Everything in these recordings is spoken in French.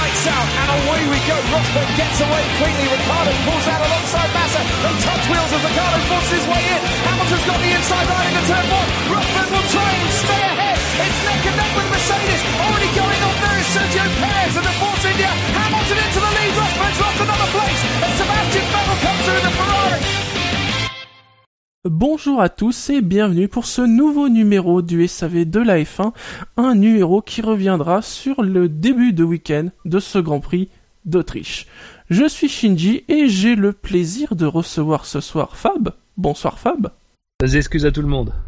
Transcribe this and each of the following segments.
lights out, and away we go. Rosberg gets away quickly. Ricciardo pulls out alongside Massa. They touch wheels as Ricciardo forces his way in. Hamilton's got the inside line into turn one. Rosberg will try and stay ahead. It's neck and neck with Mercedes. Already going on there is Sergio Perez and the Force India. Hamilton into the lead. Rosberg's lost another place. And Sebastian Vettel comes through the Ferrari. Bonjour à tous et bienvenue pour ce nouveau numéro du SAV de la F1, un numéro qui reviendra sur le début de week-end de ce Grand Prix d'Autriche. Je suis Shinji et j'ai le plaisir de recevoir ce soir Fab. Bonsoir Fab. Des excuses à tout le monde.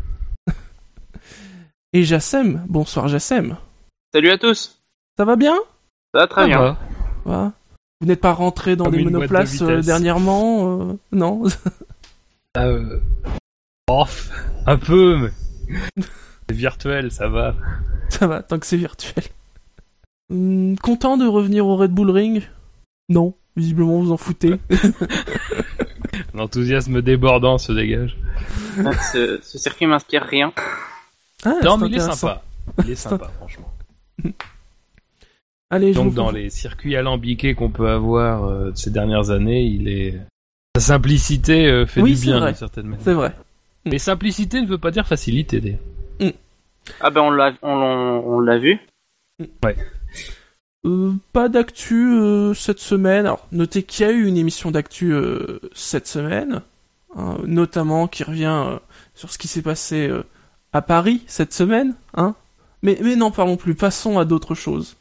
Et Jassem. Bonsoir Jassem. Salut à tous. Ça va bien ? Ça va très bien. Voilà. Vous n'êtes pas rentré dans Comme des une monoplaces boîte de vitesse. dernièrement Non. Un peu, mais c'est virtuel, ça va. Ça va, tant que c'est virtuel. Content de revenir au Red Bull Ring ? Non, visiblement vous en foutez. L'enthousiasme débordant se dégage. Ce circuit m'inspire rien. Ah, Non, c'est mais il est intéressant. sympa. Il est sympa, franchement. Allez, je Donc, vous dans les circuits alambiqués qu'on peut avoir de ces dernières années, sa simplicité fait Oui, du c'est bien, vrai. d'une certaine manière. C'est vrai. Mais simplicité ne veut pas dire facilité, d'ailleurs. Ah ben on l'a vu. Ouais. Pas d'actu cette semaine. Alors, notez qu'il y a eu une émission d'actu cette semaine, hein, notamment qui revient sur ce qui s'est passé à Paris cette semaine. Hein. Mais n'en parlons plus, passons à d'autres choses.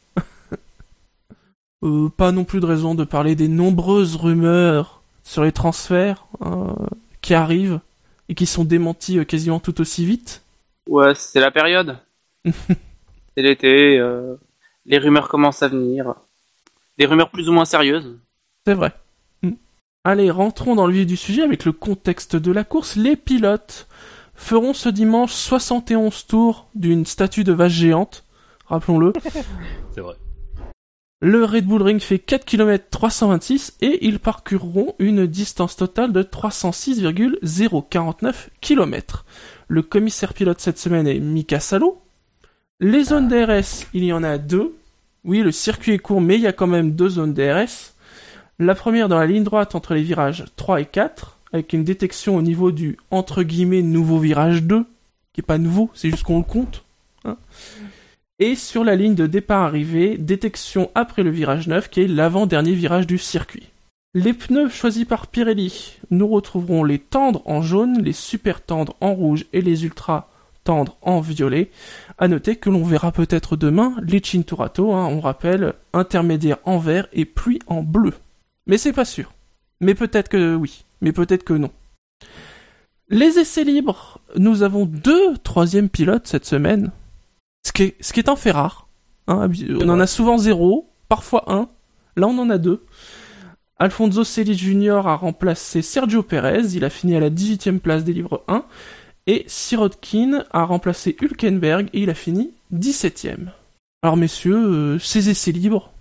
Pas non plus de raison de parler des nombreuses rumeurs sur les transferts qui arrivent et qui sont démentis quasiment tout aussi vite. Ouais, c'est la période. C'est l'été. Les rumeurs commencent à venir. Des rumeurs plus ou moins sérieuses. C'est vrai. Allez, rentrons dans le vif du sujet avec le contexte de la course. Les pilotes feront ce dimanche 71 tours d'une statue de vache géante, rappelons-le. C'est vrai. Le Red Bull Ring fait 4 km 326 et ils parcourront une distance totale de 306,049 km. Le commissaire pilote cette semaine est Mika Salo. Les zones DRS, il y en a 2. Oui, le circuit est court, mais il y a quand même 2 zones DRS. La première dans la ligne droite entre les virages 3 et 4, avec une détection au niveau du entre guillemets nouveau virage 2, qui est pas nouveau, c'est juste qu'on le compte. Hein. Et sur la ligne de départ-arrivée, détection après le virage 9, qui est l'avant-dernier virage du circuit. Les pneus choisis par Pirelli, nous retrouverons les tendres en jaune, les super tendres en rouge et les ultra tendres en violet. À noter que l'on verra peut-être demain les Cinturato, on rappelle, intermédiaire en vert et pluie en bleu. Mais c'est pas sûr. Mais peut-être que oui, mais peut-être que non. Les essais libres, nous avons 2 troisièmes pilotes cette semaine. Ce qui est un fait rare. On en a souvent 0, parfois 1. Là, on en a 2. Alfonso Celis Jr. a remplacé Sergio Perez. Il a fini à la 18e place des livres 1. Et Sirotkin a remplacé Hülkenberg et il a fini 17e. Alors, messieurs, ces essais libres.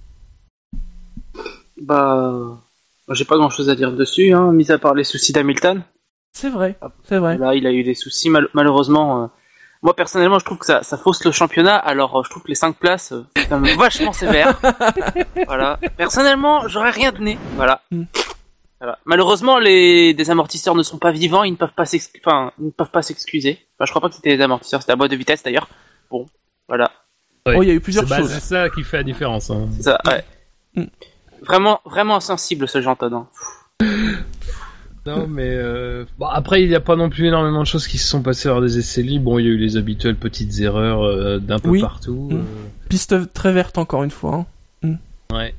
Bah, j'ai pas grand chose à dire dessus, mis à part les soucis d'Hamilton. C'est vrai, c'est vrai. Là, il a eu des soucis, malheureusement. Moi, personnellement, je trouve que ça fausse le championnat, alors je trouve que les 5 places, c'est quand même vachement sévère. Voilà. Personnellement, j'aurais rien donné. Voilà. Voilà. Malheureusement, des amortisseurs ne sont pas vivants, ils ne peuvent pas s'excuser. Enfin, je crois pas que c'était des amortisseurs, c'était la boîte de vitesse d'ailleurs. Bon, voilà. Ouais. Oh, il y a eu plusieurs choses. C'est ça qui fait la différence. Hein. C'est ça, ouais. Vraiment, vraiment insensible ce Jean Todt. Non, mais après, il n'y a pas non plus énormément de choses qui se sont passées lors des essais libres. Bon, il y a eu les habituelles petites erreurs d'un peu partout. Piste très verte encore une fois. Ouais.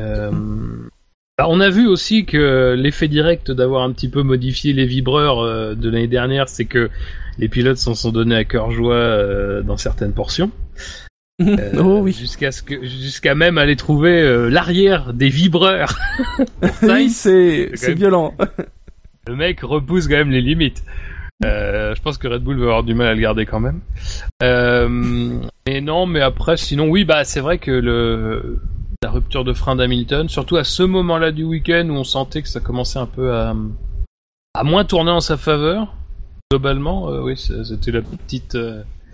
On a vu aussi que l'effet direct d'avoir un petit peu modifié les vibreurs de l'année dernière, c'est que les pilotes s'en sont donnés à cœur joie dans certaines portions. Oh oui. Jusqu'à même aller trouver l'arrière des vibreurs. Oui, c'est violent. Le mec repousse quand même les limites. Je pense que Red Bull va avoir du mal à le garder quand même. Et non, mais après, sinon, oui, c'est vrai que la rupture de frein d'Hamilton, surtout à ce moment-là du week-end où on sentait que ça commençait un peu à moins tourner en sa faveur, globalement, oui, c'était la petite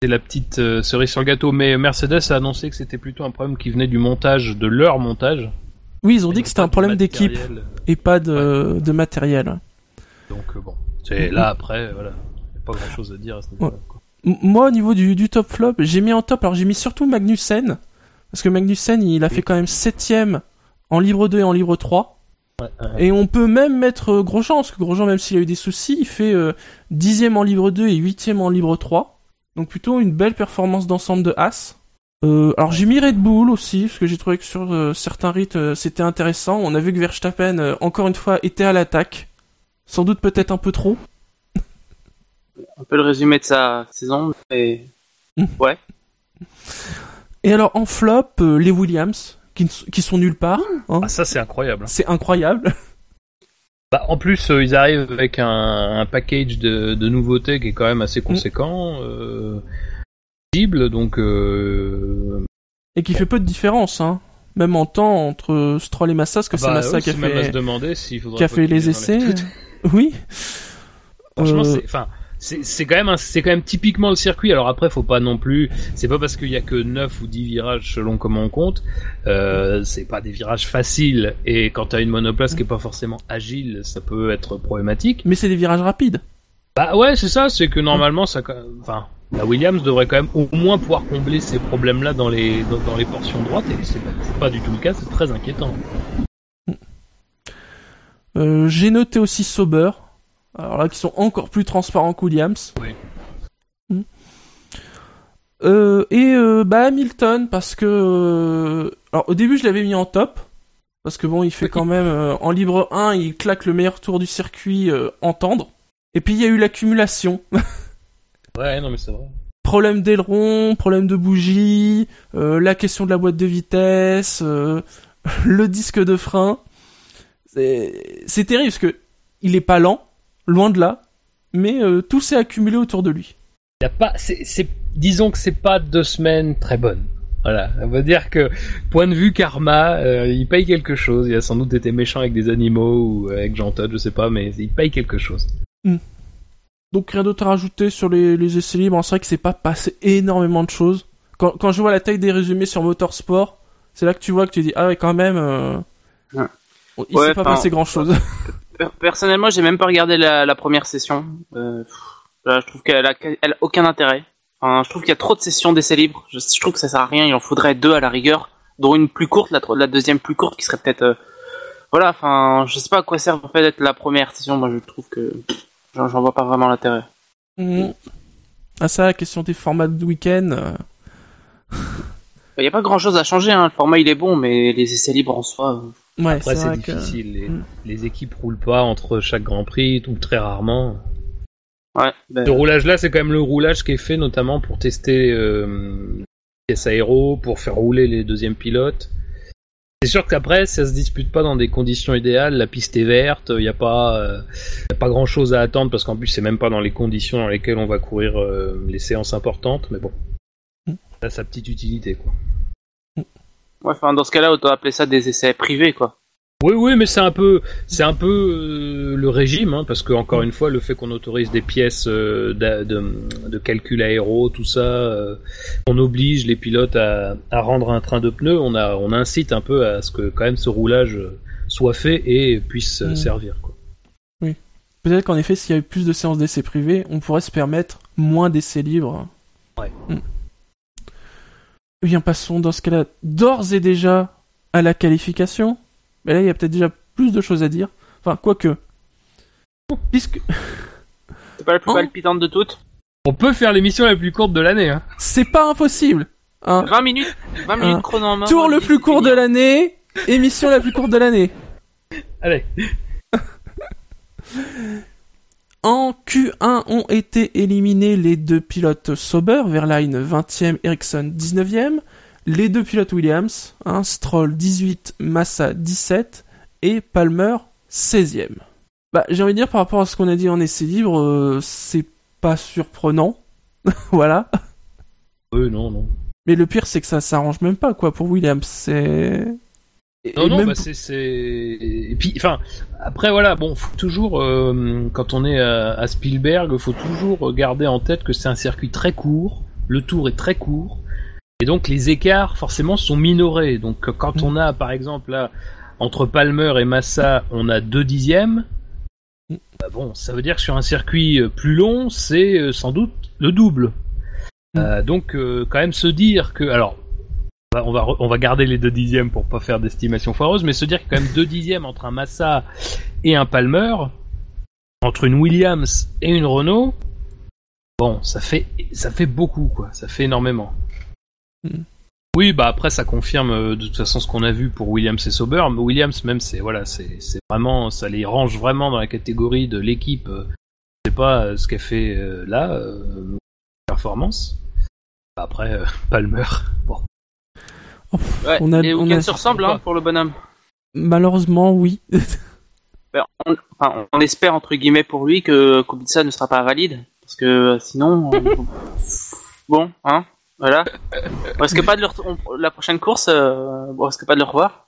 c'est la petite cerise sur le gâteau. Mais Mercedes a annoncé que c'était plutôt un problème qui venait du montage, de leur montage. Oui, ils ont dit que c'était un problème d'équipe et pas de matériel. Donc bon, c'est là après, voilà, y a pas grand chose à dire à ce niveau-là. Quoi. Moi, au niveau du top flop, j'ai mis en top, alors j'ai mis surtout Magnussen, parce que Magnussen, il a fait quand même 7ème en libre 2 et en libre 3. Et on peut même mettre Grosjean, parce que Grosjean, même s'il a eu des soucis, il fait 10ème en libre 2 et 8ème en libre 3. Donc plutôt une belle performance d'ensemble de Haas. Alors j'ai mis Red Bull aussi, parce que j'ai trouvé que sur certains rites c'était intéressant. On a vu que Verstappen, encore une fois, était à l'attaque. Sans doute peut-être un peu trop. Un peu le résumé de sa saison, et... ouais. Et alors en flop, les Williams, qui sont nulle part. Hein. Ah ça c'est incroyable. C'est incroyable. Bah, en plus, ils arrivent avec un package de nouveautés qui est quand même assez conséquent, visible, donc... Et qui fait peu de différence, hein. Même en temps, entre Stroll et Massa, parce que c'est Massa qui a fait... à se demander s'il faudrait qui a fait les essais. Oui. Franchement, c'est quand même typiquement le circuit. Alors après, faut pas non plus, c'est pas parce qu'il y a que 9 ou 10 virages selon comment on compte, c'est pas des virages faciles, et quand t'as une monoplace qui est pas forcément agile, ça peut être problématique. Mais c'est des virages rapides. Bah ouais, c'est ça, c'est que normalement enfin, la Williams devrait quand même au moins pouvoir combler ces problèmes-là dans les portions droites, et c'est pas du tout le cas, c'est très inquiétant. J'ai noté aussi Sauber. Alors là, qui sont encore plus transparents que Williams. Oui. Hamilton, parce que... alors au début, je l'avais mis en top. Parce que bon, il fait quand même... en libre 1, il claque le meilleur tour du circuit en tendre. Et puis, il y a eu l'accumulation. Ouais, non mais c'est vrai. Problème d'aileron, problème de bougie, la question de la boîte de vitesse, le disque de frein. C'est terrible, parce que il est pas lent. Loin de là, mais tout s'est accumulé autour de lui. Y a pas, disons que c'est pas 2 semaines très bonnes. Voilà, on va dire que point de vue karma, il paye quelque chose. Il a sans doute été méchant avec des animaux ou avec Jean Todt, je sais pas, mais il paye quelque chose. Donc rien d'autre à rajouter sur les essais libres. C'est vrai que c'est pas passé énormément de choses. Quand je vois la taille des résumés sur Motorsport, c'est là que tu vois que tu dis ah ouais quand même. Il s'est pas passé grand chose. Personnellement, j'ai même pas regardé la première session. Là, je trouve qu'elle a aucun intérêt. Enfin, je trouve qu'il y a trop de sessions d'essais libres. Je trouve que ça sert à rien. Il en faudrait 2 à la rigueur, dont une plus courte, la deuxième plus courte, qui serait peut-être. Voilà. Enfin, je sais pas à quoi sert en fait d'être la première session. Moi, je trouve que j'en vois pas vraiment l'intérêt. Ah ça, la question des formats de week-end. Il y a pas grand-chose à changer. Hein. Le format il est bon, mais les essais libres en soi. Ouais, après c'est difficile, les équipes roulent pas entre chaque Grand Prix, ou très rarement. Ouais. Ce roulage-là, c'est quand même le roulage qui est fait notamment pour tester les pièces aéro, pour faire rouler les deuxièmes pilotes. C'est sûr qu'après, ça se dispute pas dans des conditions idéales, la piste est verte, y a pas grand-chose à attendre, parce qu'en plus c'est même pas dans les conditions dans lesquelles on va courir les séances importantes, mais bon, ça a sa petite utilité, quoi. Ouais, enfin, dans ce cas-là, on doit appeler ça des essais privés, quoi. Oui, mais c'est un peu le régime, hein, parce que encore une fois, le fait qu'on autorise des pièces de calcul aéro, tout ça, on oblige les pilotes à rendre un train de pneus, on incite un peu à ce que quand même ce roulage soit fait et puisse servir, quoi. Oui. Peut-être qu'en effet, s'il y avait plus de séances d'essais privés, on pourrait se permettre moins d'essais libres. Ouais. Eh bien, passons dans ce cas-là d'ores et déjà à la qualification. Mais là, il y a peut-être déjà plus de choses à dire. Enfin, quoique. Puisque... C'est pas la plus palpitante de toutes. On peut faire l'émission la plus courte de l'année, hein. C'est pas impossible. 20 minutes chrono en main. Tour le plus court de l'année, émission la plus courte de l'année. Allez. En Q1 ont été éliminés les 2 pilotes Sauber, Verlaine 20e, Ericsson 19e, les 2 pilotes Williams, Stroll 18, Massa 17 et Palmer 16e. Bah, j'ai envie de dire par rapport à ce qu'on a dit en essai libre, c'est pas surprenant. Voilà. Non. Mais le pire c'est que ça s'arrange même pas quoi pour Williams, c'est... Non, bah c'est... Et puis, enfin, après voilà, bon, faut toujours, quand on est à Spielberg, faut toujours garder en tête que c'est un circuit très court, le tour est très court, et donc les écarts forcément sont minorés. Donc quand on a par exemple là, entre Palmer et Massa, on a 2 dixièmes, bah bon, ça veut dire que sur un circuit plus long, c'est sans doute le double. Donc quand même se dire que... Alors, on va garder les 2 dixièmes pour pas faire d'estimation foireuse, mais se dire qu'il y a quand même 2 dixièmes entre un Massa et un Palmer, entre une Williams et une Renault, bon, ça fait beaucoup, quoi. Ça fait énormément. Oui, bah après ça confirme de toute façon ce qu'on a vu pour Williams et Sauber. Mais Williams même, c'est vraiment, ça les range vraiment dans la catégorie de l'équipe. Je sais pas ce qu'elle fait là, performance. Après Palmer, bon. Ouais, les week-ends se ressemblent pour le bonhomme. Malheureusement, oui. On espère entre guillemets pour lui que Kubica ne sera pas valide, parce que sinon, bon, hein, voilà. On risque pas de la prochaine course, on risque pas de le revoir.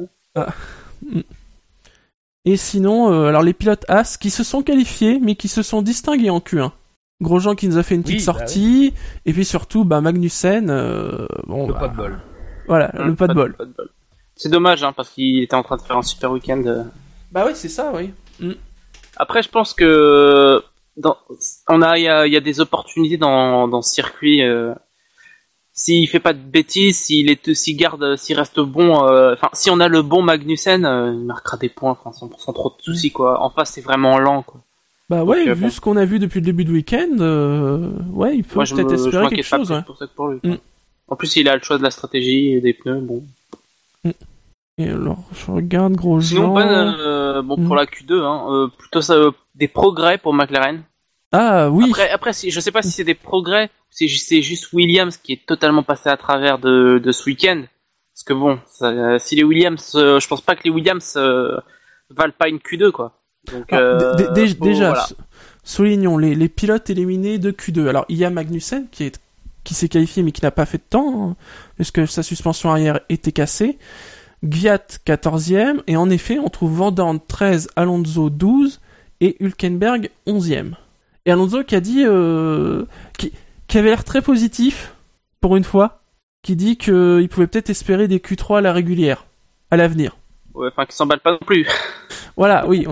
Et sinon, alors les pilotes As qui se sont qualifiés, mais qui se sont distingués en Q1. Grosjean qui nous a fait une petite sortie, et puis surtout, Magnussen, bon, pas de bol. Voilà, le pas de bol. C'est dommage, hein, parce qu'il était en train de faire un super week-end. Bah oui, c'est ça, oui. Après, je pense que il y a des opportunités dans ce circuit. S'il fait pas de bêtises, s'il reste bon, si on a le bon Magnussen, il marquera des points, sans trop de soucis, quoi. En face, c'est vraiment lent, quoi. Bah ouais, donc, vu ce qu'on a vu depuis le début de week-end, ouais, il peut peut-être espérer quelque chose. Pour ça que pour lui. En plus, il a le choix de la stratégie et des pneus, bon. Et alors, je regarde Grosjean. Sinon, pour la Q2, plutôt des progrès pour McLaren. Ah oui. Après, je sais pas si c'est des progrès, c'est juste Williams qui est totalement passé à travers de ce week-end. Parce que bon, si les Williams, je pense pas que les Williams valent pas une Q2, quoi. Donc, déjà, voilà. Soulignons les pilotes éliminés de Q2. Alors, il y a Magnussen qui s'est qualifié mais qui n'a pas fait de temps, hein, parce que sa suspension arrière était cassée. Gviat 14e, et en effet, on trouve Vandoorne 13, Alonso 12, et Hülkenberg 11e. Et Alonso qui a dit, qui avait l'air très positif, pour une fois, qui dit qu'il pouvait peut-être espérer des Q3 à la régulière, à l'avenir. Ouais, enfin, qui s'emballe pas non plus. Voilà, oui,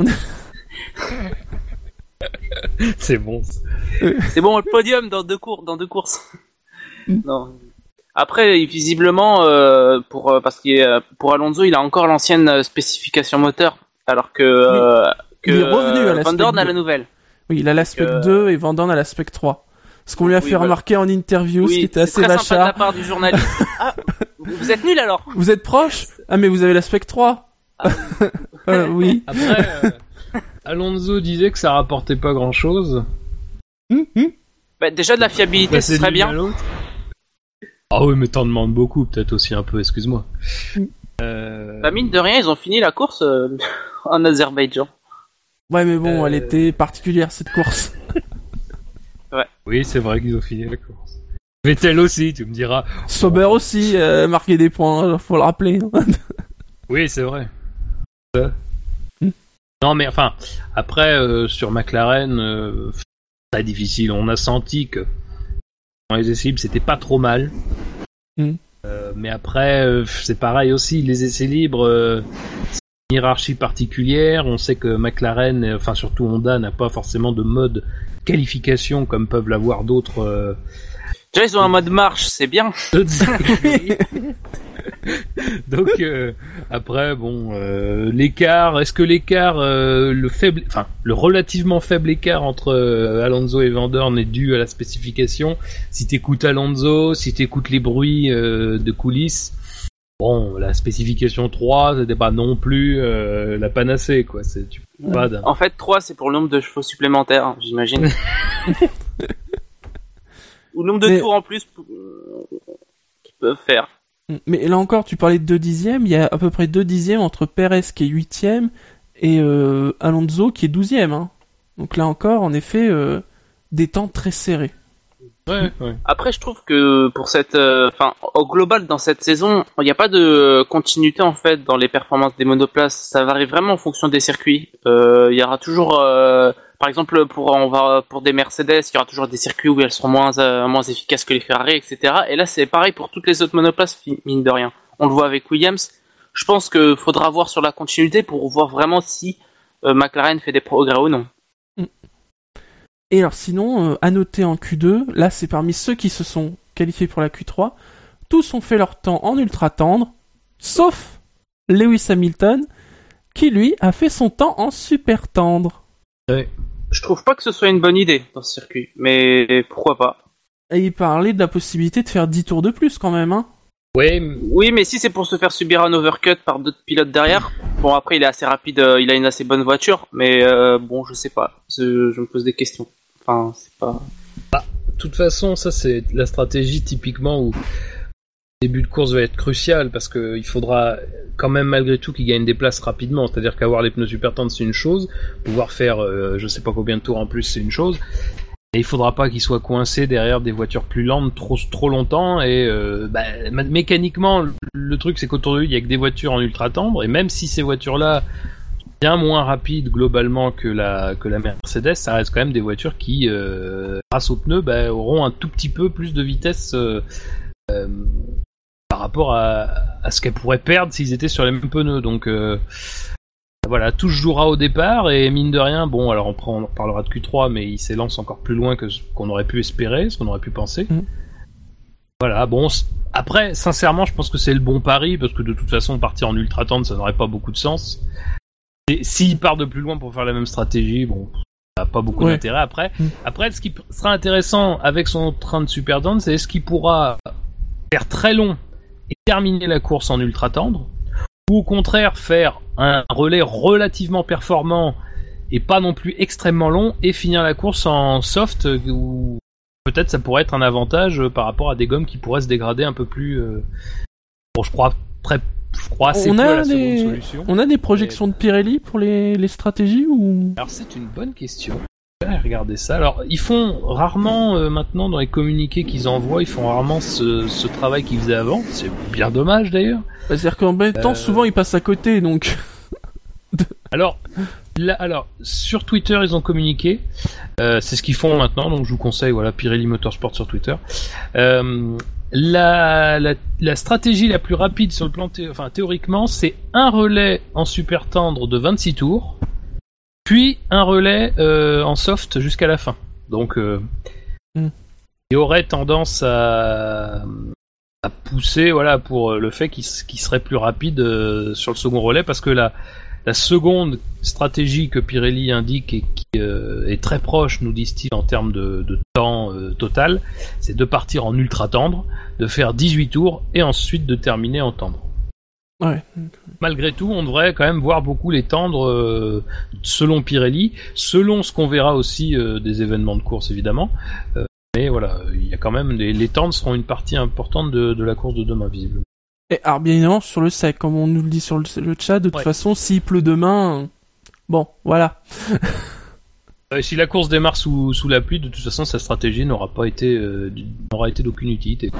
C'est bon. C'est bon, le podium dans deux courses. Non. Après, visiblement, parce que pour Alonso, il a encore l'ancienne spécification moteur, alors que il est revenu à l'aspect Vandoorne a la nouvelle. Oui, il a l'aspect 2 et Vandoorne a l'aspect 3. Ce qu'on lui a fait remarquer en interview, ce qui était assez vachard. C'est très sympa de la part du journaliste. Ah, vous êtes nul alors. Vous êtes proche ? Ah, mais vous avez l'aspect 3. Oui. Après, Alonso disait que ça rapportait pas grand-chose. Bah, déjà de la fiabilité, ce serait bien. Ah oui, mais t'en demandes beaucoup, peut-être aussi un peu, excuse-moi. Bah, mine de rien, ils ont fini la course en Azerbaïdjan. Ouais, mais bon, elle était particulière, cette course. Ouais. Oui, c'est vrai qu'ils ont fini la course. Vettel aussi, tu me diras. Sauber aussi, marqué des points, faut le rappeler. Oui, c'est vrai. Non, mais enfin, après, sur McLaren, très difficile. On a senti que dans les essais libres, c'était pas trop mal. Mais après, c'est pareil aussi. Les essais libres, c'est une hiérarchie particulière. On sait que McLaren, enfin surtout Honda, n'a pas forcément de mode qualification comme peuvent l'avoir d'autres. Déjà, ils ont un mode marche, c'est bien. Donc après, bon, l'écart. Est-ce que l'écart, le relativement faible écart entre Alonso et Vandoorne est dû à la spécification? Si t'écoutes Alonso, si t'écoutes les bruits de coulisses, bon, la spécification 3, c'était pas non plus la panacée, quoi. En fait, 3, c'est pour le nombre de chevaux supplémentaires, hein, j'imagine. Ou le nombre de tours en plus qu'ils peuvent faire. Mais là encore, tu parlais de 2 dixièmes, il y a à peu près 2 dixièmes entre Perez qui est 8ème et Alonso qui est 12ème. Hein. Donc là encore, en effet, des temps très serrés. Ouais. Après, je trouve que pour au global, dans cette saison, il n'y a pas de continuité en fait dans les performances des monoplaces. Ça varie vraiment en fonction des circuits. Il y aura toujours, par exemple, pour des Mercedes, il y aura toujours des circuits où elles seront moins efficaces que les Ferrari, etc. Et là, c'est pareil pour toutes les autres monoplaces, mine de rien. On le voit avec Williams. Je pense qu'il faudra voir sur la continuité pour voir vraiment si McLaren fait des progrès ou non. Et alors sinon, à noter en Q2, là c'est parmi ceux qui se sont qualifiés pour la Q3, tous ont fait leur temps en ultra tendre, sauf Lewis Hamilton, qui lui a fait son temps en super tendre. Ouais. Je trouve pas que ce soit une bonne idée dans ce circuit, mais pourquoi pas. Et il parlait de la possibilité de faire 10 tours de plus quand même, hein. Oui, mais si c'est pour se faire subir un overcut par d'autres pilotes derrière, bon après il est assez rapide, il a une assez bonne voiture, mais bon je sais pas, je me pose des questions. Enfin, c'est pas... De toute façon, ça c'est la stratégie typiquement où le début de course va être crucial parce qu'il faudra quand même malgré tout qu'il gagne des places rapidement. C'est-à-dire qu'avoir les pneus super tendres c'est une chose, pouvoir faire je sais pas combien de tours en plus c'est une chose, et il faudra pas qu'il soit coincé derrière des voitures plus lentes trop longtemps. Et mécaniquement, le truc c'est qu'autour de lui il y a que des voitures en ultra tendre, et même si ces voitures-là bien moins rapide globalement que la Mercedes, ça reste quand même des voitures qui, grâce aux pneus, auront un tout petit peu plus de vitesse par rapport à ce qu'elles pourraient perdre s'ils étaient sur les mêmes pneus. Donc voilà, tout se jouera au départ, et mine de rien, bon, alors on parlera de Q3, mais il s'élance encore plus loin que ce qu'on aurait pu espérer, ce qu'on aurait pu penser. Voilà, bon, après, sincèrement, je pense que c'est le bon pari, parce que de toute façon, partir en ultra tendre, ça n'aurait pas beaucoup de sens. Et s'il part de plus loin pour faire la même stratégie, bon, ça n'a pas beaucoup d'intérêt après. Après, ce qui sera intéressant avec son train de super tendre, c'est est-ce qu'il pourra faire très long et terminer la course en ultra tendre, ou au contraire faire un relais relativement performant et pas non plus extrêmement long et finir la course en soft, où peut-être ça pourrait être un avantage par rapport à des gommes qui pourraient se dégrader un peu plus. Bon, je crois assez peu à la seconde solution. On a des projections de Pirelli pour les stratégies ou... Alors c'est une bonne question. Je vais regarder ça. Alors ils font rarement maintenant dans les communiqués qu'ils envoient, ils font rarement ce travail qu'ils faisaient avant. C'est bien dommage d'ailleurs. C'est-à-dire qu'en même temps, souvent ils passent à côté, donc. Alors sur Twitter ils ont communiqué. C'est ce qu'ils font maintenant, donc je vous conseille, voilà, Pirelli Motorsport sur Twitter. La stratégie la plus rapide sur le plan théoriquement, c'est un relais en super tendre de 26 tours, puis un relais en soft jusqu'à la fin. Donc il aurait tendance à pousser, voilà, pour le fait qu'il serait plus rapide sur le second relais, parce que la seconde stratégie que Pirelli indique et qui est très proche, nous disent-ils, en termes de temps total, c'est de partir en ultra tendre, de faire 18 tours et ensuite de terminer en tendre. Ouais. Malgré tout, on devrait quand même voir beaucoup les tendres selon Pirelli, selon ce qu'on verra aussi des événements de course évidemment. Mais voilà, il y a quand même les tendres seront une partie importante de la course de demain visiblement. Et alors bien évidemment sur le sec, comme on nous le dit sur le chat, de toute façon, s'il pleut demain, bon, voilà. Si la course démarre sous la pluie, de toute façon, sa stratégie n'aura été d'aucune utilité.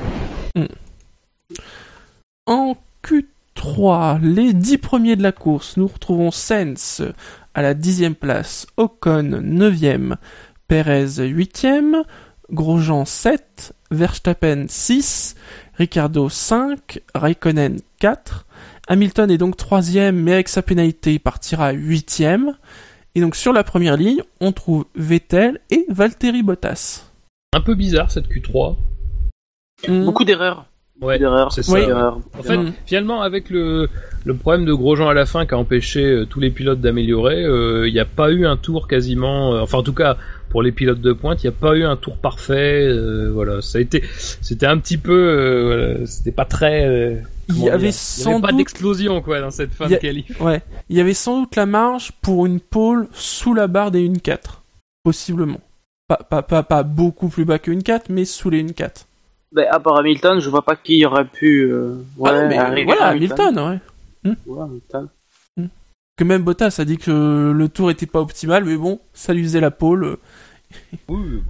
En Q3, les 10 premiers de la course, nous retrouvons Sainz à la 10e place, Ocon 9e, Perez 8e, Grosjean 7, Verstappen 6, Ricciardo 5, Raikkonen 4, Hamilton est donc 3e, mais avec sa pénalité, il partira 8e. Et donc sur la première ligne, on trouve Vettel et Valtteri Bottas. Un peu bizarre cette Q3. Beaucoup d'erreurs. Ouais, c'est ça. Ouais. En fait, finalement, avec le problème de Grosjean à la fin qui a empêché tous les pilotes d'améliorer, il n'y a pas eu un tour quasiment... enfin, en tout cas, pour les pilotes de pointe, il n'y a pas eu un tour parfait. Voilà, c'était un petit peu... c'était pas très... il y avait pas d'explosion quoi dans cette fin de qualif. Ouais, il y avait sans doute la marge pour une pole sous la barre des 1-4, possiblement. Pas beaucoup plus bas que 1-4, mais sous les 1-4. À part Hamilton, je vois pas qui aurait pu arriver à Hamilton, ouais. Ouais, Hamilton. Que même Bottas a dit que le tour était pas optimal, mais bon, ça lui faisait la pole. Oui, bon.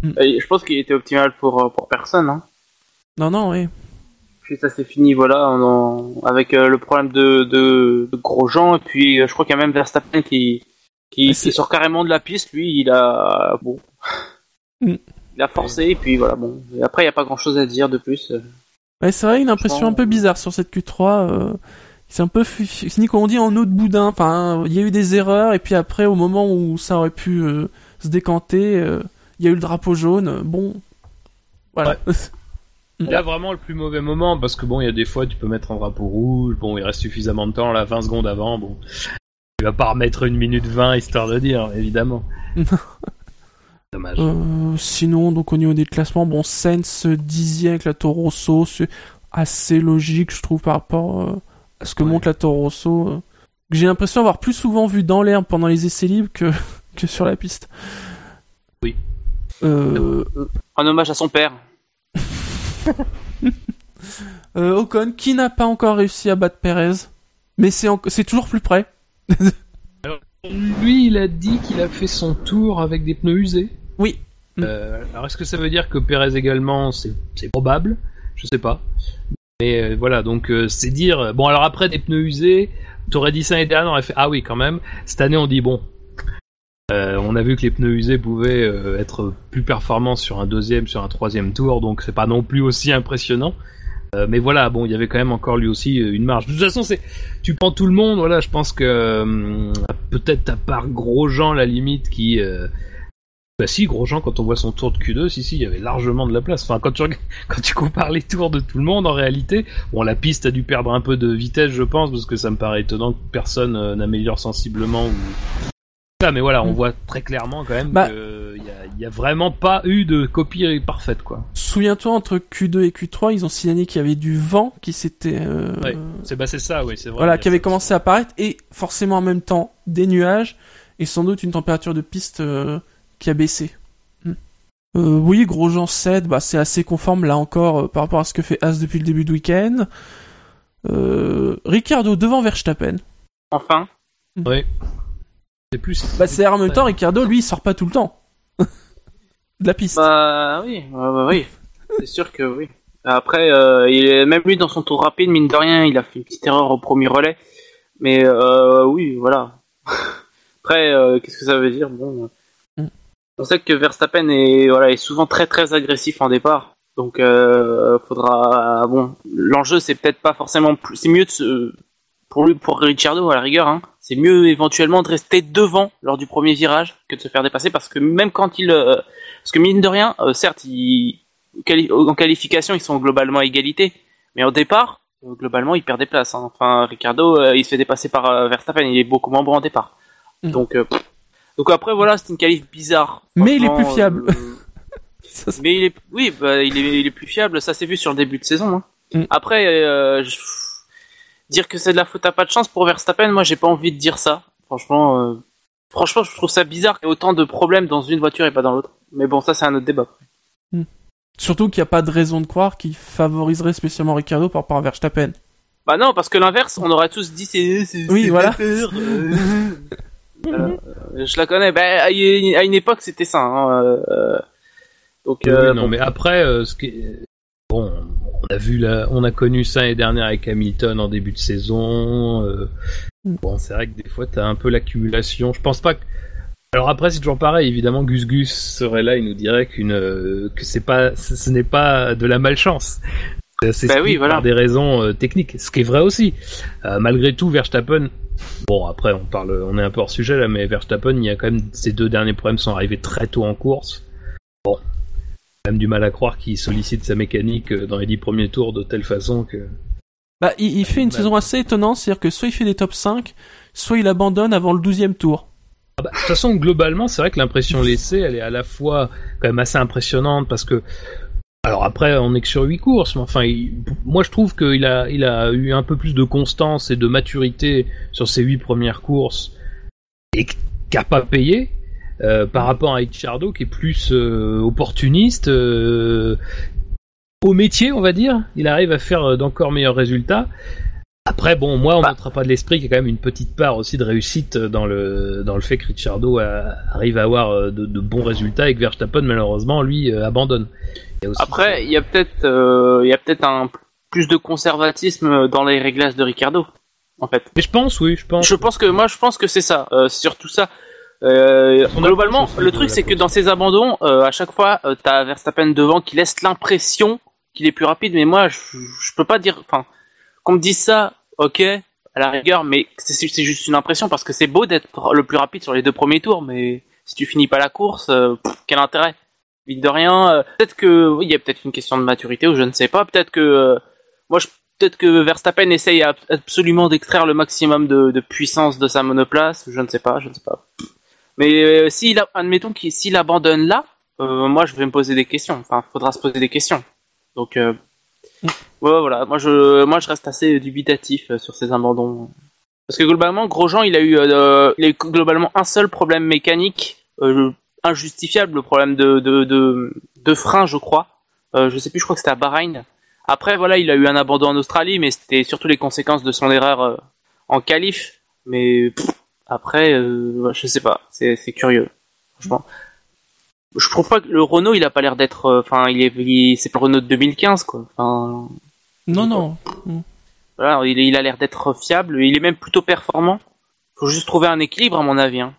Et je pense qu'il était optimal pour personne. Hein. Non, oui. Puis ça s'est fini, voilà, avec le problème de Grosjean. Et puis je crois qu'il y a même Verstappen qui sort carrément de la piste. Lui, il a il a forcé. Et puis voilà, bon. Et après, il n'y a pas grand-chose à dire de plus. Ouais, c'est vrai, une impression un peu bizarre sur cette Q3. C'est un peu fini, comme on dit, en eau de boudin. Enfin, il y a eu des erreurs, et puis après, au moment où ça aurait pu se décanter, il y a eu le drapeau jaune. Bon, voilà. Ouais. Là, vraiment le plus mauvais moment, parce que bon, il y a des fois, tu peux mettre un drapeau rouge, bon, il reste suffisamment de temps, là, 20 secondes avant, bon. Tu vas pas remettre 1 minute 20, histoire de dire, évidemment. Dommage. Sinon, donc au niveau des classements, bon, Sainz 10e avec la Toro Rosso, c'est assez logique, je trouve, par rapport à ce que montre la Toro Rosso. Que j'ai l'impression d'avoir plus souvent vu dans l'herbe pendant les essais libres que sur la piste. Oui. Un hommage à son père. Ocon, qui n'a pas encore réussi à battre Perez, mais c'est toujours plus près. Alors, lui, il a dit qu'il a fait son tour avec des pneus usés. Oui. Alors, est-ce que ça veut dire que Perez également, c'est probable? Je sais pas. Mais voilà, donc c'est dire... Bon, alors après, des pneus usés, t'aurais dit ça l'année dernière, on aurait fait « Ah oui, quand même ». Cette année, on dit « Bon, on a vu que les pneus usés pouvaient être plus performants sur un 2e, sur un 3e tour, donc c'est pas non plus aussi impressionnant. Mais voilà, bon, il y avait quand même encore lui aussi une marge. De toute façon, tu prends tout le monde, voilà, je pense que peut-être à part Grosjean, la limite, qui... Bah si, Grosjean, quand on voit son tour de Q2, si, il y avait largement de la place. Enfin, quand tu compares les tours de tout le monde, en réalité, bon, la piste a dû perdre un peu de vitesse, je pense, parce que ça me paraît étonnant que personne n'améliore sensiblement ou... Mais voilà, on voit très clairement quand même qu'il y a vraiment pas eu de copie parfaite, quoi. Souviens-toi, entre Q2 et Q3, ils ont signalé qu'il y avait du vent qui s'était... Ouais, c'est ça, oui, c'est vrai. Voilà, qui avait commencé à apparaître, et forcément en même temps des nuages, et sans doute une température de piste qui a baissé. Oui, Grosjean 7, c'est assez conforme, là encore, par rapport à ce que fait As depuis le début de week-end. Ricciardo devant Verstappen. Enfin. Oui. C'est plus... c'est en même temps, Ricciardo, lui, il sort pas tout le temps. De la piste. Oui. C'est sûr que oui. Après, même lui, dans son tour rapide, mine de rien, il a fait une petite erreur au premier relais. Mais oui, voilà. Après, qu'est-ce que ça veut dire? Bon, on sait que Verstappen est souvent très très agressif en départ. Donc, faudra... Bon, l'enjeu, c'est peut-être pas forcément... C'est mieux pour Ricciardo, à la rigueur, hein. C'est mieux éventuellement de rester devant lors du premier virage que de se faire dépasser, parce que même quand parce que mine de rien, certes, en qualification, ils sont globalement à égalité, mais au départ, globalement, il perd des places. Hein. Enfin, Ricciardo, il se fait dépasser par Verstappen, il est beaucoup moins bon en départ. Donc après, voilà, c'est une qualif bizarre. Mais il est plus fiable. Mais il est plus fiable, ça s'est vu sur le début de saison. Hein. Après, dire que c'est de la faute à pas de chance pour Verstappen, moi j'ai pas envie de dire ça. Franchement, je trouve ça bizarre qu'il y ait autant de problèmes dans une voiture et pas dans l'autre. Mais bon, ça c'est un autre débat. Surtout qu'il n'y a pas de raison de croire qu'il favoriserait spécialement Ricciardo par rapport à Verstappen. Bah non, parce que l'inverse, on aurait tous dit c'est voilà. Je la connais. À une époque c'était ça. Hein. Donc. Non, mais après, ce qui est... Bon, on a connu ça l'année dernière avec Hamilton en début de saison. Bon, c'est vrai que des fois t'as un peu l'accumulation. Je pense pas que... Alors après, c'est toujours pareil. Évidemment, Gus serait là, il nous dirait que ce n'est pas de la malchance. C'est par des raisons techniques, ce qui est vrai aussi. Malgré tout, Verstappen. Bon, après, on est un peu hors sujet là, mais Verstappen, il y a quand même ces 2 derniers problèmes sont arrivés très tôt en course. Bon. Même du mal à croire qu'il sollicite sa mécanique dans les 10 premiers tours de telle façon que... il fait une saison assez étonnante, c'est-à-dire que soit il fait des top 5, soit il abandonne avant le 12e tour. De toute façon, globalement, c'est vrai que l'impression laissée, elle est à la fois quand même assez impressionnante, parce que... Alors après, on est que sur 8 courses, mais enfin, moi je trouve qu'il a eu un peu plus de constance et de maturité sur ses 8 premières courses, et qui n'a pas payé. Par rapport à Ricciardo qui est plus opportuniste au métier, on va dire, il arrive à faire d'encore meilleurs résultats. Après, bon, moi, on ne mettra pas de l'esprit qu'il y a quand même une petite part aussi de réussite dans le fait que Ricciardo arrive à avoir de bons résultats et que Verstappen, malheureusement, lui, abandonne. Après, il y a peut-être un plus de conservatisme dans les réglages de Ricciardo, en fait. Mais je pense que c'est ça. C'est surtout ça. Globalement, le truc, c'est que dans ces abandons, à chaque fois, t'as Verstappen devant qui laisse l'impression qu'il est plus rapide, mais moi, je peux pas dire, enfin, qu'on me dise ça, ok, à la rigueur, mais c'est juste une impression parce que c'est beau d'être le plus rapide sur les 2 premiers tours, mais si tu finis pas la course, quel intérêt? Vite de rien, peut-être que, oui, il y a peut-être une question de maturité ou je ne sais pas, peut-être que Verstappen essaye absolument d'extraire le maximum de puissance de sa monoplace, je ne sais pas. Mais admettons s'il abandonne là, moi je vais me poser des questions, enfin, faudra se poser des questions. Donc, voilà, moi je reste assez dubitatif sur ces abandons. Parce que globalement, Grosjean, il a eu globalement un seul problème mécanique, injustifiable, le problème de frein, je crois. Je sais plus, je crois que c'était à Bahreïn. Après, voilà, il a eu un abandon en Australie, mais c'était surtout les conséquences de son erreur en qualif. Mais après, je sais pas, c'est curieux, franchement. Je trouve pas que le Renault, il a pas l'air d'être, enfin, c'est pas le Renault de 2015, quoi. Enfin, non. Voilà, il a l'air d'être fiable, il est même plutôt performant. Faut juste trouver un équilibre, à mon avis. Hein.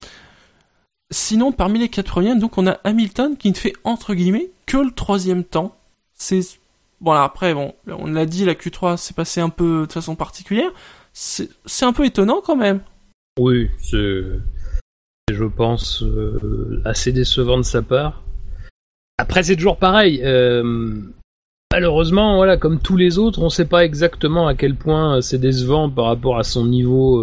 Sinon, parmi les 4 premiers, donc on a Hamilton qui ne fait entre guillemets que le 3e temps. Bon, alors après, on l'a dit, la Q3 s'est passée un peu de façon particulière. C'est un peu étonnant quand même. Oui, c'est, je pense, assez décevant de sa part. Après, c'est toujours pareil. Malheureusement, voilà, comme tous les autres, on sait pas exactement à quel point c'est décevant par rapport à son niveau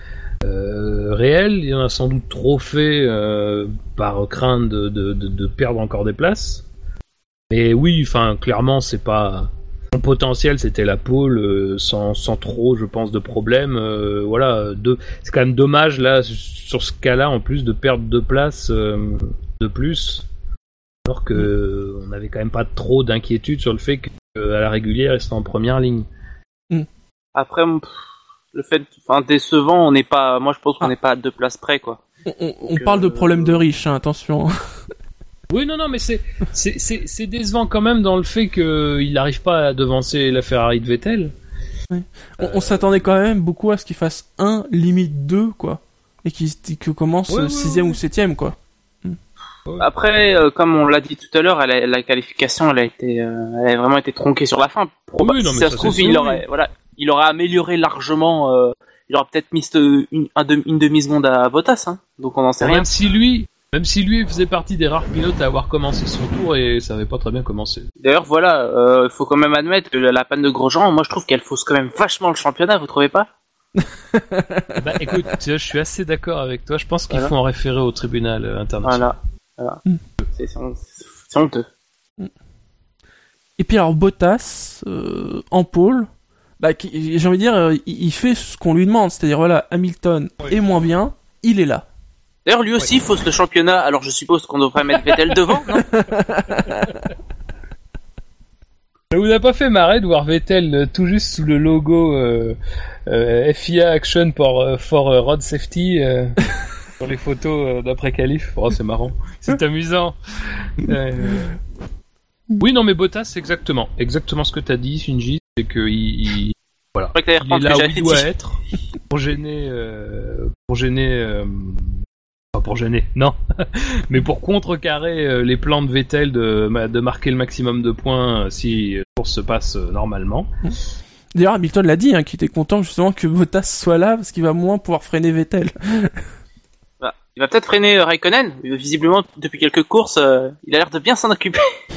réel. Il y en a sans doute trop fait par crainte de perdre encore des places. Mais oui, enfin, clairement, c'est pas... Son potentiel, c'était la pole, sans trop, je pense, de problèmes. Voilà, c'est quand même dommage, là, sur ce cas-là, en plus, de perdre 2 places de plus. Alors que on n'avait quand même pas trop d'inquiétude sur le fait qu'à la régulière, il serait en première ligne. Après, le fait, enfin, décevant, on n'est pas... Moi, je pense qu'on n'est pas à 2 places près, quoi. On parle de problème de riche, hein, attention. Oui, non, mais c'est décevant quand même dans le fait qu'il n'arrive pas à devancer la Ferrari de Vettel. Oui. On s'attendait quand même beaucoup à ce qu'il fasse 1, limite 2, quoi. Et qu'il commence 6ème ou 7ème, quoi. Après, comme on l'a dit tout à l'heure, la qualification, elle a vraiment été tronquée sur la fin. Oui, non, si ça se trouve, il aurait amélioré largement, il aurait peut-être mis une demi-seconde à Bottas, hein. Donc on n'en sait rien. Même si lui faisait partie des rares pilotes à avoir commencé son tour et ça avait pas très bien commencé. D'ailleurs, voilà, faut quand même admettre que la panne de Grosjean, moi je trouve qu'elle fausse quand même vachement le championnat, vous trouvez pas? Bah écoute, je suis assez d'accord avec toi, je pense qu'il faut en référer au tribunal international. Voilà. C'est honteux. Et puis alors Bottas, en pole, j'ai envie de dire, il fait ce qu'on lui demande, c'est-à-dire voilà, Hamilton est moins bien, il est là. D'ailleurs, lui aussi fausse le championnat, alors je suppose qu'on devrait mettre Vettel devant, non? Ça vous a pas fait marrer de voir Vettel tout juste sous le logo FIA Action for Road Safety sur les photos d'après qualif? Oh, c'est marrant, c'est amusant. Oui, non, mais Bottas, c'est exactement ce que t'as dit, Shinji, c'est que il est là où il doit être pour gêner. Pas pour gêner, non, mais pour contrecarrer les plans de Vettel de marquer le maximum de points si la course se passe normalement. D'ailleurs, Hamilton l'a dit, hein, qu'il était content justement que Bottas soit là parce qu'il va moins pouvoir freiner Vettel. Il va peut-être freiner Raikkonen. Visiblement, depuis quelques courses, il a l'air de bien s'en occuper.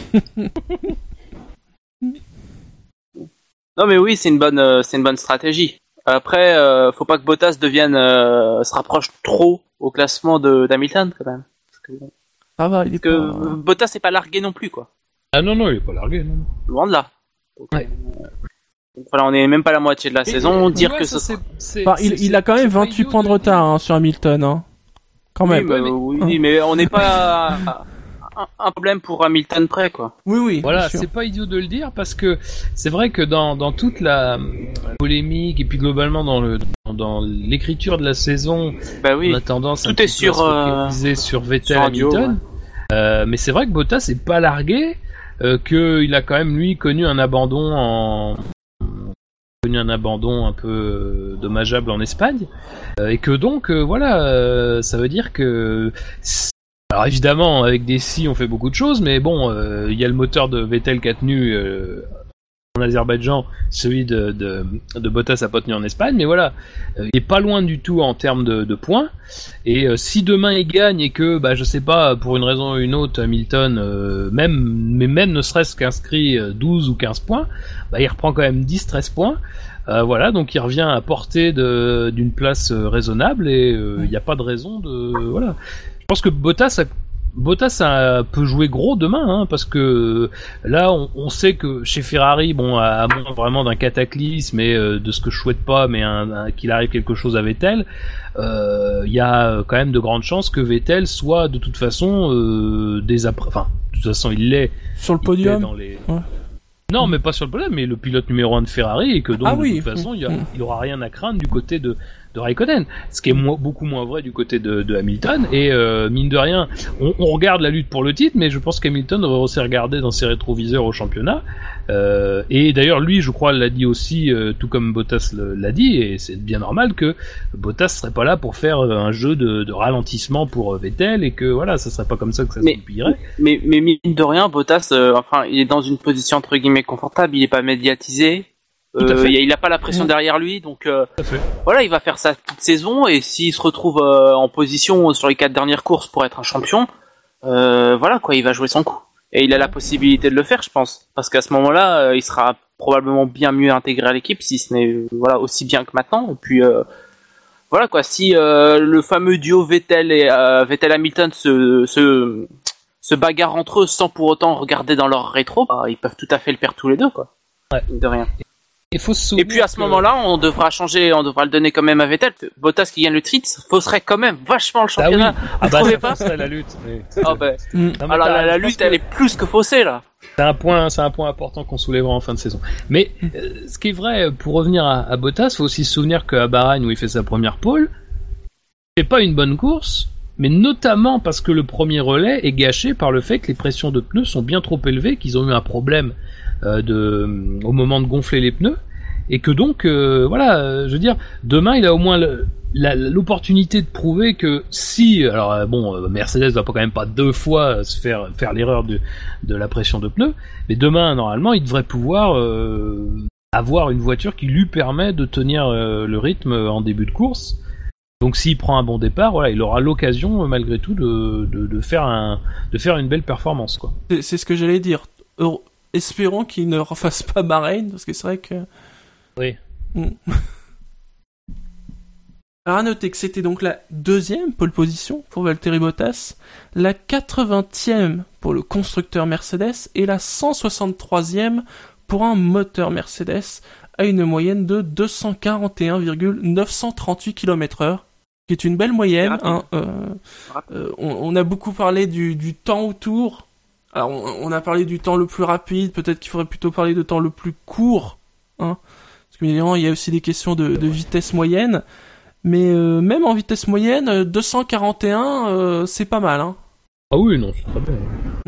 Non, mais oui, c'est une bonne stratégie. Après, faut pas que Bottas se rapproche trop au classement d'Hamilton quand même. Ça va, Bottas n'est pas largué non plus, quoi. Ah non, il est pas largué, non. Loin de là. Donc, ouais. Donc voilà, on est même pas à la moitié de la saison. Dire que il a quand même 28 points de retard sur Hamilton, hein. Quand même. Oui, mais on n'est pas un problème pour Hamilton près, quoi. Oui. Voilà, c'est pas idiot de le dire parce que c'est vrai que dans toute la polémique et puis globalement dans l'écriture de la saison, on a tendance à se focaliser sur Vettel, Hamilton. Mais c'est vrai que Bottas est pas largué, qu'il a quand même lui connu un abandon un peu dommageable en Espagne, et que donc ça veut dire que alors évidemment avec des si on fait beaucoup de choses, mais bon il y a le moteur de Vettel qui a tenu en Azerbaïdjan, celui de Bottas a pas tenu en Espagne, mais voilà, il est pas loin du tout en termes de points, et si demain il gagne et que, je sais pas, pour une raison ou une autre, Hamilton, même ne serait-ce qu'inscrit 12 ou 15 points, il reprend quand même 10-13 points, voilà, donc il revient à portée d'une place raisonnable, et il n'y a pas de raison de... Voilà. Je pense que Bottas peut jouer gros demain, parce que là on sait que chez Ferrari, à moins vraiment d'un cataclysme et de ce que je souhaite pas, mais qu'il arrive quelque chose à Vettel, il y a quand même de grandes chances que Vettel soit de toute façon de toute façon il l'est sur le podium. Non, mais pas sur le podium, mais le pilote numéro 1 de Ferrari, et que donc de toute façon il aura rien à craindre du côté de Raikkonen, ce qui est beaucoup moins vrai du côté de Hamilton, et mine de rien on regarde la lutte pour le titre, mais je pense qu'Hamilton devrait aussi regarder dans ses rétroviseurs au championnat, et d'ailleurs lui je crois l'a dit aussi, tout comme Bottas l'a dit, et c'est bien normal que Bottas serait pas là pour faire un jeu de ralentissement pour Vettel, et que voilà, ça serait pas comme ça que ça se goupillerait. Mais mine de rien, Bottas il est dans une position entre guillemets confortable, il est pas médiatisé. Il a pas la pression derrière lui, donc voilà, il va faire ça toute saison, et s'il se retrouve en position sur les 4 dernières courses pour être un champion, voilà quoi, il va jouer son coup. Et il a la possibilité de le faire, je pense, parce qu'à ce moment-là, il sera probablement bien mieux intégré à l'équipe, si ce n'est aussi bien que maintenant. Et puis voilà quoi, si le fameux duo Vettel-Hamilton se bagarrent entre eux sans pour autant regarder dans leur rétro, ils peuvent tout à fait le faire tous les deux, quoi. Ouais. De rien. Et puis à ce moment-là, on devra le donner quand même à Vettel. Bottas qui gagne le titre, fausserait quand même vachement le championnat. Vous trouvez pas ? Ça la lutte. Alors la lutte, elle est plus que faussée là. C'est un point important qu'on soulèvera en fin de saison. Mais ce qui est vrai, pour revenir à Bottas, faut aussi se souvenir qu'à Bahreïn, où il fait sa première pole, c'est pas une bonne course, mais notamment parce que le premier relais est gâché par le fait que les pressions de pneus sont bien trop élevées, qu'ils ont eu un problème au moment de gonfler les pneus, et que donc je veux dire, demain il a au moins l'opportunité de prouver que Mercedes va pas quand même pas 2 fois se faire l'erreur de la pression de pneus, mais demain normalement il devrait pouvoir avoir une voiture qui lui permet de tenir le rythme en début de course. Donc s'il prend un bon départ, il aura l'occasion malgré tout de faire une belle performance, quoi. C'est ce que j'allais dire. Espérons qu'il ne refasse pas Bahreïn, parce que c'est vrai que... Oui. Alors à noter que c'était donc la 2e pole position pour Valtteri Bottas, la 80e pour le constructeur Mercedes, et la 163e pour un moteur Mercedes, à une moyenne de 241,938 km/h, qui est une belle moyenne. On a beaucoup parlé du temps autour. Alors, on a parlé du temps le plus rapide, peut-être qu'il faudrait plutôt parler de temps le plus court, parce que évidemment, il y a aussi des questions de vitesse moyenne, mais même en vitesse moyenne, 241, c'est pas mal, Ah oui, non, c'est très bien.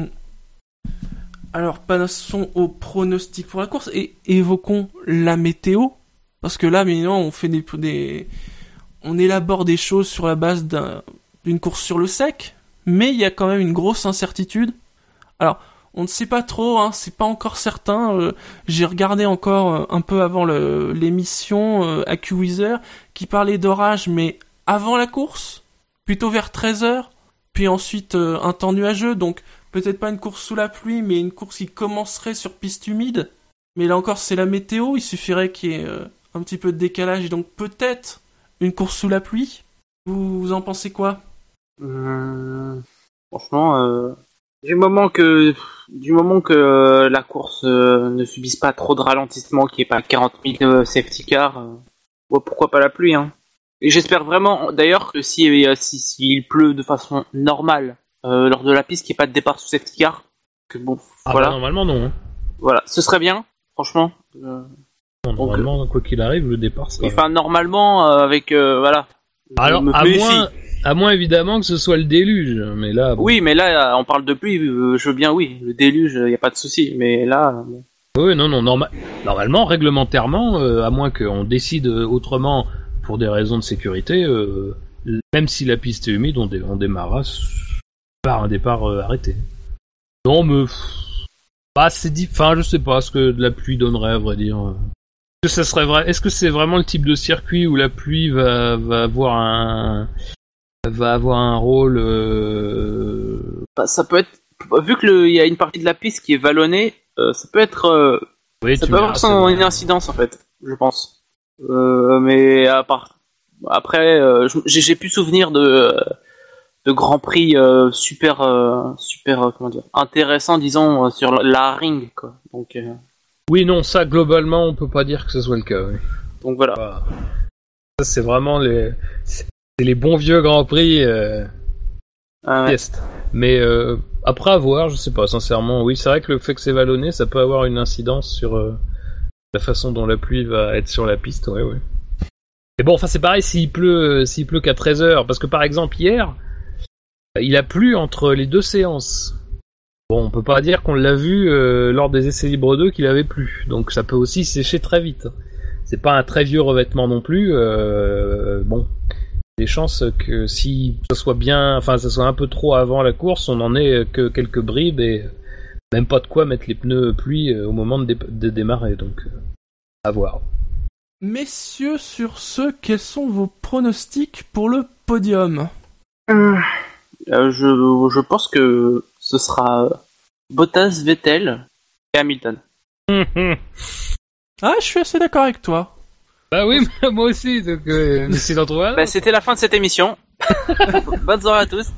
Alors, passons au pronostic pour la course, et évoquons la météo, parce que là, évidemment, on fait on élabore des choses sur la base d'une course sur le sec, mais il y a quand même une grosse incertitude. Alors, on ne sait pas trop, c'est pas encore certain. J'ai regardé encore un peu avant l'émission AccuWeather qui parlait d'orage, mais avant la course, plutôt vers 13h, puis ensuite un temps nuageux, donc peut-être pas une course sous la pluie, mais une course qui commencerait sur piste humide. Mais là encore, c'est la météo, il suffirait qu'il y ait un petit peu de décalage, et donc peut-être une course sous la pluie. Vous en pensez quoi ? Franchement... Du moment que la course ne subisse pas trop de ralentissement, qu'il n'y ait pas 40 000 safety cars, pourquoi pas la pluie, Et j'espère vraiment, d'ailleurs, que s'il pleut de façon normale, lors de la piste qu'il n'y ait pas de départ sous safety car. Que bon, voilà. Bah, normalement non. Hein. Voilà, ce serait bien, franchement. Non, normalement, quoi qu'il arrive, le départ sera... Enfin, normalement, avec... voilà. Alors, à moins évidemment que ce soit le déluge, mais là... Bon. Oui, mais là, on parle de pluie, je veux bien, oui. Le déluge, il n'y a pas de souci, mais là... Bon. Oui, non, normalement, réglementairement, à moins qu'on décide autrement pour des raisons de sécurité, même si la piste est humide, on démarrera par un départ arrêté. Non, mais... Bah, enfin, je sais pas ce que de la pluie donnerait, à vrai dire. Est-ce que c'est vraiment le type de circuit où la pluie va avoir un rôle Ça peut être, vu que il y a une partie de la piste qui est vallonnée, ça peut être oui, ça peut avoir une incidence en fait, je pense. Mais après j'ai plus souvenir de Grand Prix super comment dire, intéressant, disons, sur la ring quoi. Donc oui, non, ça, globalement, on peut pas dire que ce soit le cas. Oui. Donc voilà. Ça, c'est vraiment les bons vieux Grands Prix test. Mais après à voir, je sais pas, sincèrement, oui, c'est vrai que le fait que c'est vallonné, ça peut avoir une incidence sur la façon dont la pluie va être sur la piste, ouais. Mais bon, enfin, c'est pareil s'il pleut qu'à 13h, parce que par exemple, hier, il a plu entre les deux séances. Bon, on peut pas dire qu'on l'a vu lors des essais libres 2 qu'il avait plu, donc ça peut aussi sécher très vite. C'est pas un très vieux revêtement non plus. Bon, des chances que si ça soit un peu trop avant la course, on en ait que quelques bribes et même pas de quoi mettre les pneus pluie au moment de démarrer. Donc, à voir. Messieurs, sur ce, quels sont vos pronostics pour le podium ? Je pense que ce sera Bottas, Vettel et Hamilton. Ah, je suis assez d'accord avec toi. Bah oui, moi aussi, donc j'essaie d'en trouver un. Bah, c'était la fin de cette émission. Bonne soirée à tous.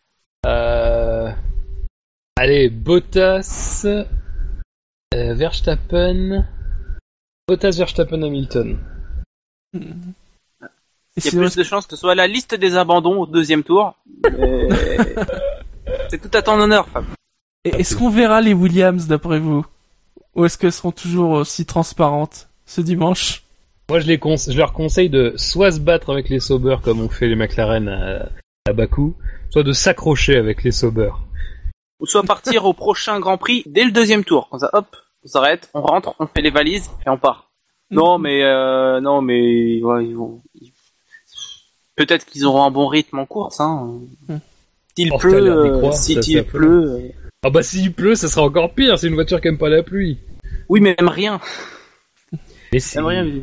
Allez, Bottas, Verstappen, Hamilton. Il y a plus de chances que ce soit la liste des abandons au deuxième tour. Mais... c'est tout à ton honneur, Fab. Et est-ce qu'on verra les Williams d'après vous ? Ou est-ce qu'elles seront toujours aussi transparentes ce dimanche ? Moi, je leur conseille de soit se battre avec les Sauber comme ont fait les McLaren à Bakou, soit de s'accrocher avec les Sauber. Ou soit partir au prochain Grand Prix dès le deuxième tour. Comme ça, hop, on s'arrête, on rentre, on fait les valises et on part. Non, mais ouais, ils vont... Peut-être qu'ils auront un bon rythme en course, hein. S'il pleut, Ah bah s'il pleut, ça sera encore pire, c'est une voiture qui aime pas la pluie. Oui, mais même rien. Mais c'est... Même rien.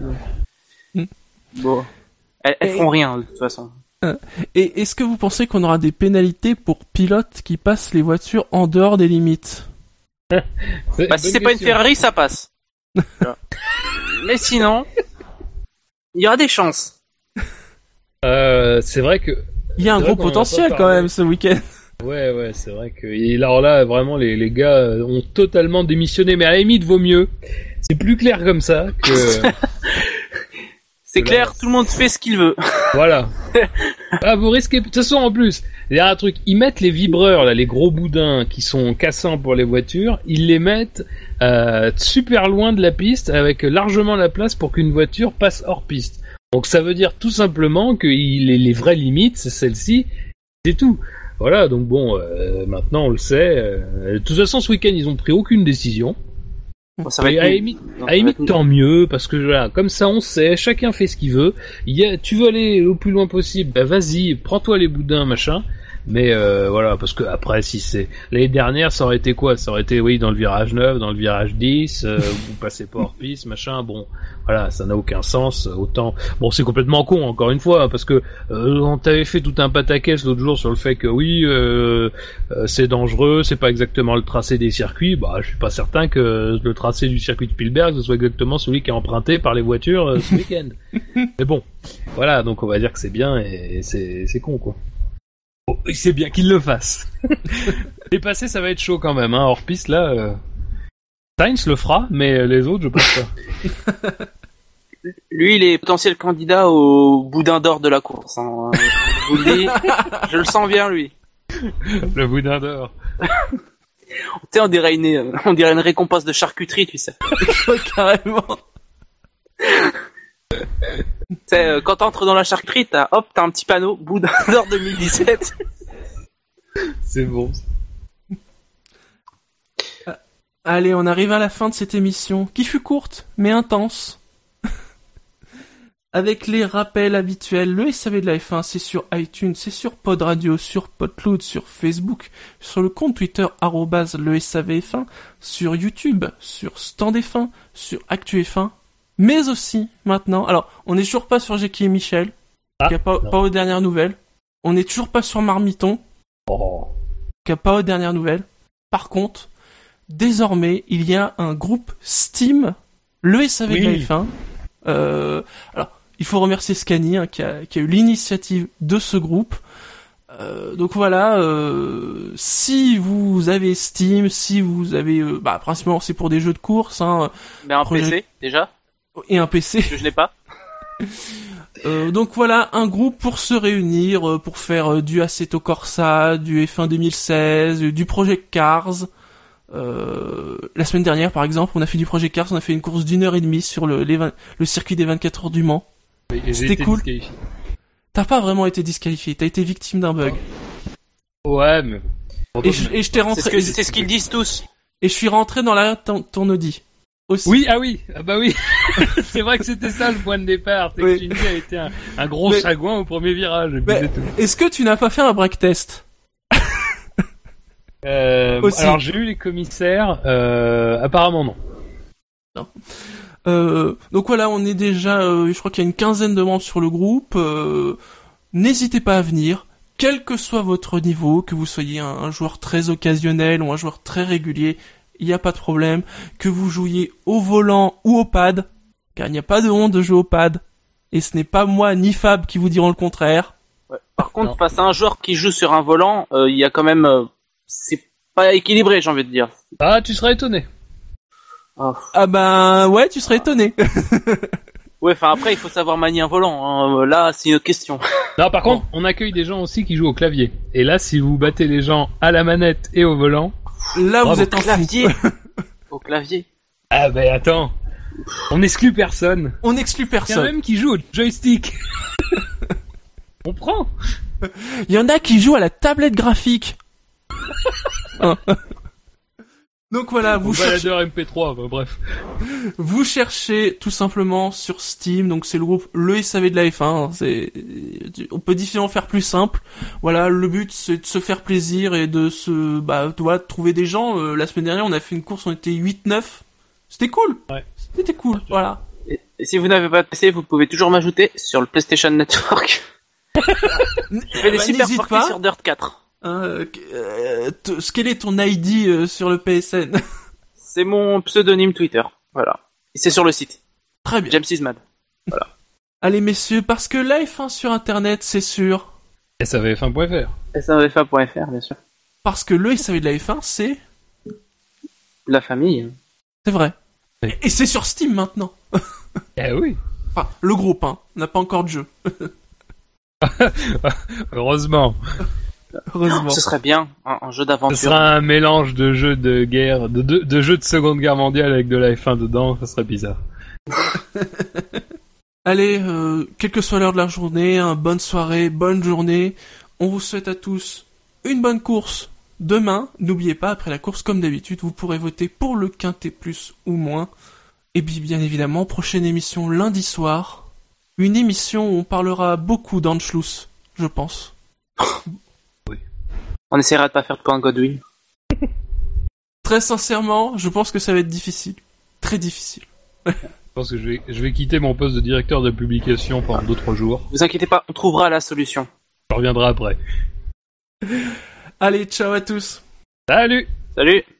Bon. Elles feront rien, de toute façon. Et est-ce que vous pensez qu'on aura des pénalités pour pilotes qui passent les voitures en dehors des limites ? Bah si c'est pas une Ferrari, ça passe. Mais sinon, il y aura des chances. C'est vrai que... Il y a un gros potentiel quand même ce week-end. Ouais, c'est vrai que... Et alors là, vraiment, les gars ont totalement démissionné, mais à la limite, vaut mieux. C'est plus clair comme ça que... C'est clair, tout le monde fait ce qu'il veut. Voilà. Ah, vous risquez... De toute façon, en plus, il y a un truc, ils mettent les vibreurs, là, les gros boudins qui sont cassants pour les voitures, ils les mettent super loin de la piste, avec largement la place pour qu'une voiture passe hors piste. Donc ça veut dire tout simplement que les vraies limites, c'est celle-ci, c'est tout. Voilà, donc bon, maintenant on le sait. De toute façon, ce week-end, ils ont pris aucune décision. Bon, ça va être à la limite, tant mieux, parce que voilà, comme ça on sait, chacun fait ce qu'il veut. Tu veux aller au plus loin possible, bah vas-y, prends-toi les boudins, machin. Mais voilà, parce que après, si c'est... L'année dernière, ça aurait été quoi ? Ça aurait été, oui, dans le virage 9, dans le virage 10, vous passez pas hors piste, machin, bon... Voilà, ça n'a aucun sens, autant... Bon, c'est complètement con, encore une fois, parce que on t'avait fait tout un pataquès l'autre jour sur le fait que, oui, c'est dangereux, c'est pas exactement le tracé des circuits. Bah, je suis pas certain que le tracé du circuit de Spielberg, ce soit exactement celui qui est emprunté par les voitures ce week-end. Mais bon, voilà, donc on va dire que c'est bien, et c'est con, quoi. Bon, c'est bien qu'il le fasse. Dépasser, ça va être chaud quand même, hein. Hors piste, là... Sainz le fera, mais les autres, je pense pas. Lui, il est potentiel candidat au boudin d'or de la course. Hein. Je vous le dis, je le sens bien, lui. Le boudin d'or. Tu sais, on dirait une récompense de charcuterie, tu sais. Carrément. Tu sais, quand t'entres dans la charcuterie, t'as un petit panneau, boudin d'or 2017. C'est bon. Allez, on arrive à la fin de cette émission, qui fut courte, mais intense. Avec les rappels habituels, le SAV de la F1, c'est sur iTunes, c'est sur Pod Radio, sur Podcloud, sur Facebook, sur le compte Twitter @le SAVF1, sur YouTube, sur Stand F1, sur Actu F1, mais aussi, maintenant, alors, on n'est toujours pas sur Jackie et Michel, qui a pas aux dernières nouvelles. On n'est toujours pas sur Marmiton, qui a pas aux dernières nouvelles. Par contre, désormais, il y a un groupe Steam, le SAV de la F1. Alors, il faut remercier Scani qui a eu l'initiative de ce groupe. Donc voilà, si vous avez Steam, si vous avez, principalement c'est pour des jeux de course, mais un PC déjà. Et un PC. Que je n'ai pas. Donc voilà, un groupe pour se réunir, pour faire du Assetto Corsa, du F1 2016, du Project Cars. La semaine dernière, par exemple, on a fait du Project Cars, on a fait une course d'1h30 sur le circuit des 24 heures du Mans. Et c'était cool. T'as pas vraiment été disqualifié, t'as été victime d'un bug. Ouais, mais... Et je t'ai rentré... C'est ce qu'ils disent tous. Et je suis rentré dans l'arrière de ton Audi. Aussi. Oui, oui. C'est vrai que c'était ça le point de départ. C'est que Shinji a été un gros sagouin au premier virage. Est-ce que tu n'as pas fait un break test? Alors j'ai eu les commissaires, apparemment non. Donc voilà, on est déjà, je crois qu'il y a une quinzaine de membres sur le groupe. N'hésitez pas à venir, quel que soit votre niveau, que vous soyez un joueur très occasionnel ou un joueur très régulier, il n'y a pas de problème. Que vous jouiez au volant ou au pad, car il n'y a pas de honte de jouer au pad. Et ce n'est pas moi ni Fab qui vous diront le contraire. Ouais. Par contre, face à un joueur qui joue sur un volant, il y a quand même... c'est pas équilibré, j'ai envie de dire. Ah, tu serais étonné. Ah ben ouais, tu serais étonné. Ouais, enfin après il faut savoir manier un volant. Là, c'est une autre question. Non, par contre, on accueille des gens aussi qui jouent au clavier. Et là, si vous battez les gens à la manette et au volant, là vous êtes en clavier. Au clavier. Ah ben attends, on n'exclut personne. On n'exclut personne. Il y en a même qui jouent au joystick. On prend. Il y en a qui jouent à la tablette graphique. Donc voilà, vous cherchez... MP3, bref. Vous cherchez tout simplement sur Steam, donc c'est le groupe le SAV de la F1, on peut difficilement faire plus simple. Voilà, le but c'est de se faire plaisir et de de trouver des gens. La semaine dernière, on a fait une course, on était 8-9. C'était cool. Ouais. C'était cool, voilà. Et si vous n'avez pas de PC, vous pouvez toujours m'ajouter sur le PlayStation Network. Je fais des super parties sur Dirt 4. Quel est ton ID sur le PSN? C'est mon pseudonyme Twitter, voilà. Et c'est sur le site. Très bien. James Ismad. Voilà. Allez messieurs, parce que la F1 sur internet, c'est sûr. SAVF1.fr. SAVF1.fr, bien sûr. Parce que le SAV de la F1, c'est... la famille. C'est vrai. Oui. Et c'est sur Steam maintenant. Eh oui. Enfin, le groupe, on n'a pas encore de jeu. Heureusement. Heureusement. Ce serait bien, un jeu d'aventure. Ce sera un mélange de jeux de guerre, de jeux de Seconde Guerre mondiale avec de la F1 dedans, ça serait bizarre. Allez, quelle que soit l'heure de la journée, bonne soirée, bonne journée. On vous souhaite à tous une bonne course demain. N'oubliez pas, après la course, comme d'habitude, vous pourrez voter pour le quintet plus ou moins. Et puis, bien évidemment, prochaine émission lundi soir. Une émission où on parlera beaucoup d'Anschluss, je pense. Oui. On essaiera de pas faire de point Godwin. Très sincèrement, je pense que ça va être difficile. Très difficile. Je pense que je vais quitter mon poste de directeur de publication pendant 2-3 jours. Vous inquiétez pas, on trouvera la solution. Je reviendrai après. Allez, ciao à tous. Salut. Salut.